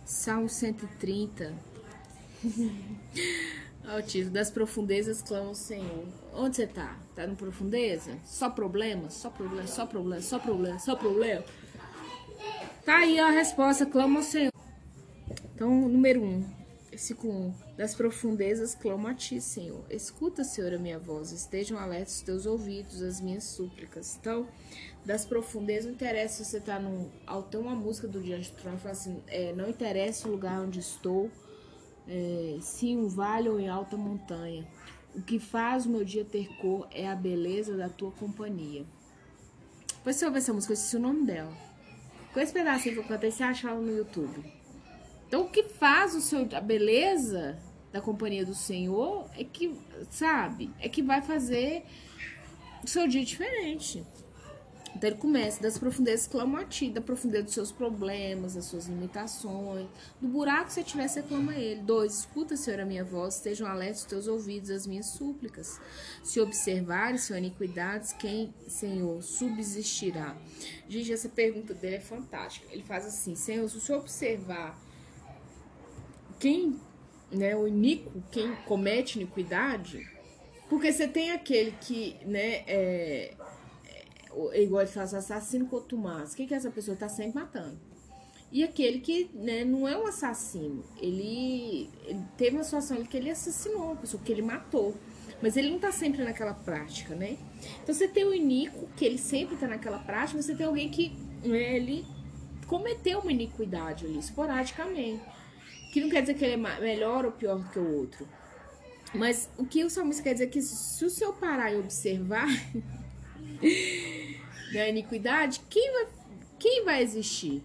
Salmo 130. Olha o título. Das profundezas clama o Senhor. Onde você tá? Tá no profundeza? Só problema? Só problema, só problema, só problema, só problema. Tá aí a resposta, clama ao Senhor. Então, número 1, versículo 1. Das profundezas clamo a ti, Senhor. Escuta, Senhor, a minha voz. Estejam alertos os teus ouvidos, as minhas súplicas. Então, das profundezas, não interessa se você tá num... Tem uma música do Diante do Trono, fala assim, não interessa o lugar onde estou, se em um vale ou em alta montanha. O que faz o meu dia ter cor é a beleza da tua companhia. Depois você ouve essa música, eu esqueci o nome dela. Com esse pedacinho que eu cantei, você acha ela no YouTube. Então, o que faz a beleza da companhia do Senhor é que, sabe, é que vai fazer o seu dia diferente. Então, ele começa, das profundezas clama a ti, da profundeza dos seus problemas, das suas limitações, do buraco que você tiver, você clama a ele. 2, escuta, Senhor, a minha voz, estejam alertos os teus ouvidos, as minhas súplicas. Se observares suas iniquidades, quem, Senhor, subsistirá? Gente, essa pergunta dele é fantástica. Ele faz assim, Senhor, se o Senhor observar quem, né, o iníquo, quem comete iniquidade, porque você tem aquele que, né, igual ele fala, assassino contumaz. O que é essa pessoa? Tá sempre matando. E aquele que, né, não é um assassino. Ele teve uma situação que ele assassinou uma pessoa, que ele matou. Mas ele não tá sempre naquela prática, né? Então você tem o iníquo, que ele sempre tá naquela prática, mas você tem alguém que, né, ele cometeu uma iniquidade ali, esporadicamente. Que não quer dizer que ele é melhor ou pior do que o outro. Mas o que o salmista quer dizer é que se o senhor parar e observar a iniquidade, quem vai existir?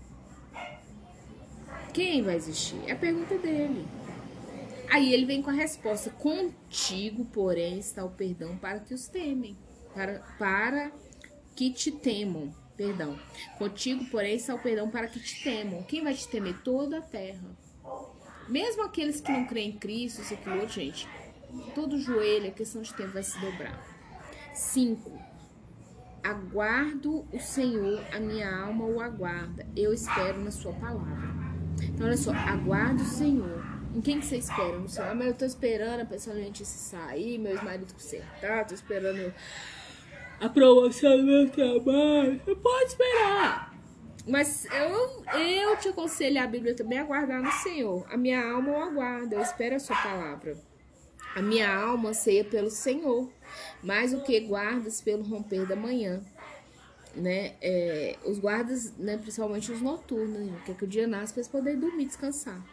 Quem vai existir? É a pergunta dele. Aí ele vem com a resposta. Contigo, porém, está o perdão para que os temem. Para que te temam. Perdão. Contigo, porém, está o perdão para que te temam. Quem vai te temer? Toda a terra. Mesmo aqueles que não creem em Cristo, isso aqui, gente, todo joelho, é questão de tempo, vai se dobrar. 5. Aguardo o Senhor, a minha alma o aguarda. Eu espero na sua palavra. Então, olha só, aguardo o Senhor. Em quem que você espera? No Senhor. Mas eu tô esperando a pessoa se sair, meu marido consertar, tô esperando a promoção do meu trabalho. Eu posso esperar. Mas eu te aconselho a Bíblia também a aguardar no Senhor. A minha alma o aguarda, eu espero a sua palavra. A minha alma anseia pelo Senhor, mais do que guardas pelo romper da manhã. Né? Os guardas, né, principalmente os noturnos, né? Que o dia nasce para eles poderem dormir, descansar.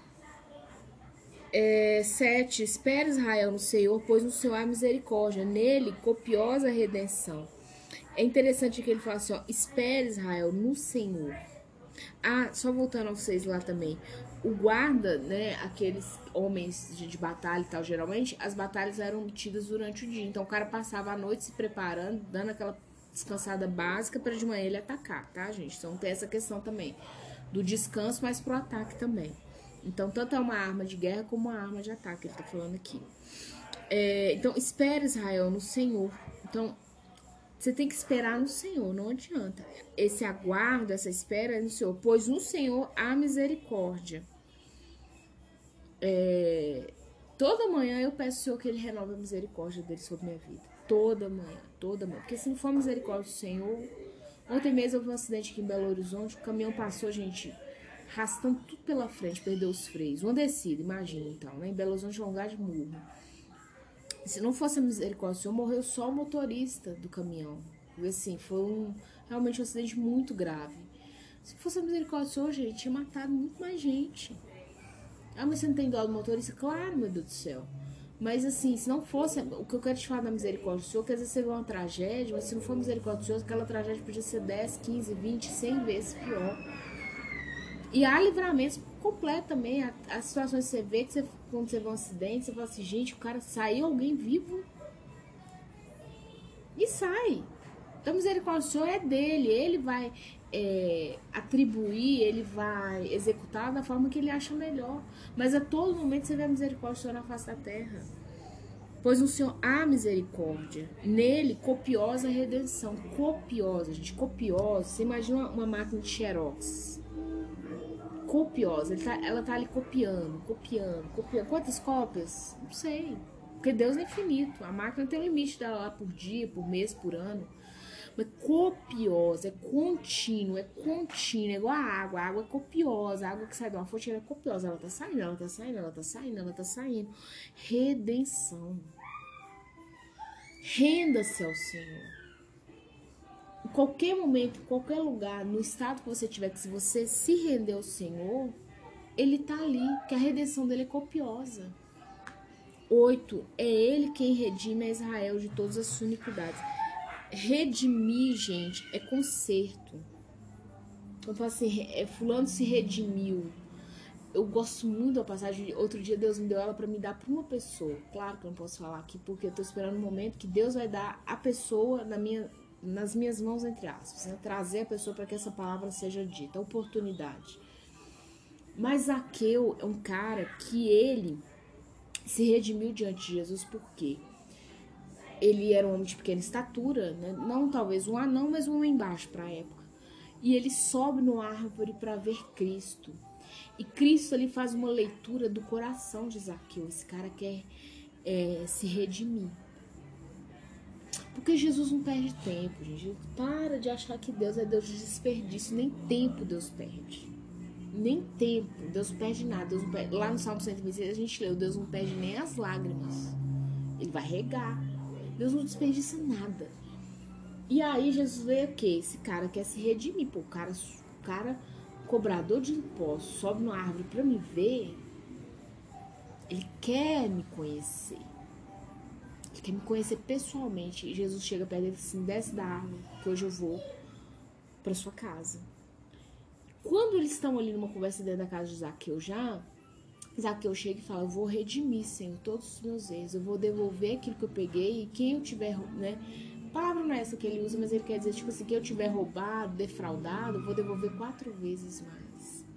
7. Espera Israel no Senhor, pois no Senhor há misericórdia, nele copiosa redenção. É interessante que ele fala assim, ó, espere Israel no Senhor. Ah, só voltando a vocês lá também. O guarda, né, aqueles homens de batalha e tal, geralmente, as batalhas eram tidas durante o dia. Então o cara passava a noite se preparando, dando aquela descansada básica para de manhã ele atacar, tá, gente? Então tem essa questão também do descanso, mas pro ataque também. Então tanto é uma arma de guerra como uma arma de ataque, ele tá falando aqui. Então espere Israel no Senhor. Então você tem que esperar no Senhor, não adianta. Esse aguardo, essa espera é no Senhor, pois no Senhor há misericórdia. Toda manhã eu peço ao Senhor que Ele renove a misericórdia dele sobre minha vida. Toda manhã, toda manhã. Porque se não for misericórdia do Senhor... Ontem mesmo houve um acidente aqui em Belo Horizonte, o caminhão passou, gente, arrastando tudo pela frente, perdeu os freios. Uma descida, imagina então, né? Em Belo Horizonte é um lugar de murro. Se não fosse a misericórdia do Senhor, morreu só o motorista do caminhão. Porque assim, foi realmente um acidente muito grave. Se fosse a misericórdia do Senhor, gente, tinha matado muito mais gente. Ah, mas você não tem dó do motorista? Claro, meu Deus do céu. Mas assim, se não fosse, o que eu quero te falar da misericórdia do Senhor, que às vezes você vê uma tragédia, mas se não for a misericórdia do Senhor, aquela tragédia podia ser 10, 15, 20, 100 vezes pior. E há livramentos completos também. As situações que você vê, que quando você vê um acidente, você fala assim, gente, o cara saiu, alguém vivo. E sai. Então a misericórdia do Senhor é dele. Ele vai atribuir, ele vai executar da forma que ele acha melhor. Mas a todo momento você vê a misericórdia do Senhor na face da terra. Pois no Senhor há misericórdia. Nele, copiosa redenção. Copiosa, gente, copiosa. Você imagina uma máquina de xerox. copiosa. Ela tá ali copiando. Quantas cópias? Não sei. Porque Deus é infinito. A máquina tem um limite dela lá por dia, por mês, por ano. Mas copiosa, é contínuo, é igual a água. A água é copiosa, a água que sai de uma fonte ela é copiosa. Ela tá saindo, ela tá saindo, ela tá saindo, ela tá saindo. Redenção. Renda-se ao Senhor. Em qualquer momento, em qualquer lugar, no estado que você tiver, que se você se render ao Senhor, Ele tá ali, que a redenção dele é copiosa. 8. É Ele quem redime a Israel de todas as suas iniquidades. Redimir, gente, é conserto. Eu falo assim, fulano se redimiu. Eu gosto muito da passagem. Outro dia Deus me deu ela para me dar para uma pessoa. Claro que eu não posso falar aqui, porque eu tô esperando o momento que Deus vai dar a pessoa nas minhas mãos, entre aspas, né? Trazer a pessoa para que essa palavra seja dita, a oportunidade. Mas Zaqueu é um cara que ele se redimiu diante de Jesus, por quê? Ele era um homem de pequena estatura, né? Não talvez um anão, mas um homem baixo para a época. E ele sobe no árvore para ver Cristo. E Cristo ali faz uma leitura do coração de Zaqueu. Esse cara quer se redimir. Porque Jesus não perde tempo, gente. Para de achar que Deus é Deus de desperdício. Nem tempo Deus perde. Nem tempo. Deus não perde nada. Deus não perde... Lá no Salmo 126 a gente leu: Deus não perde nem as lágrimas. Ele vai regar. Deus não desperdiça nada. E aí Jesus vê o quê? Esse cara quer se redimir. Pô, o cara cobrador de impostos sobe numa árvore pra me ver. Ele quer me conhecer. Ele quer me conhecer pessoalmente. E Jesus chega perto dele assim: desce da árvore, que hoje eu vou pra sua casa. Quando eles estão ali numa conversa dentro da casa de Zaqueu Zaqueu chega e fala: eu vou redimir, Senhor, todos os meus erros. Eu vou devolver aquilo que eu peguei. E quem eu tiver, né? A palavra não é essa que ele usa, mas ele quer dizer, tipo assim, quem eu tiver roubado, defraudado, eu vou devolver 4 vezes mais.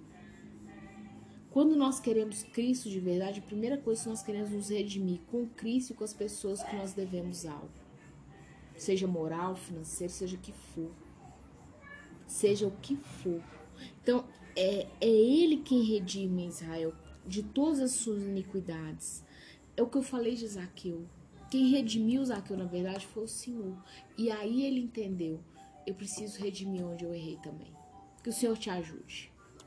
Quando nós queremos Cristo de verdade, a primeira coisa que nós queremos nos redimir com Cristo e com as pessoas que nós devemos algo. Seja moral, financeiro, seja o que for. Seja o que for. Então, é Ele quem redime Israel de todas as suas iniquidades. É o que eu falei de Zaqueu. Quem redimiu Zaqueu, na verdade, foi o Senhor. E aí ele entendeu: eu preciso redimir onde eu errei também. Que o Senhor te ajude.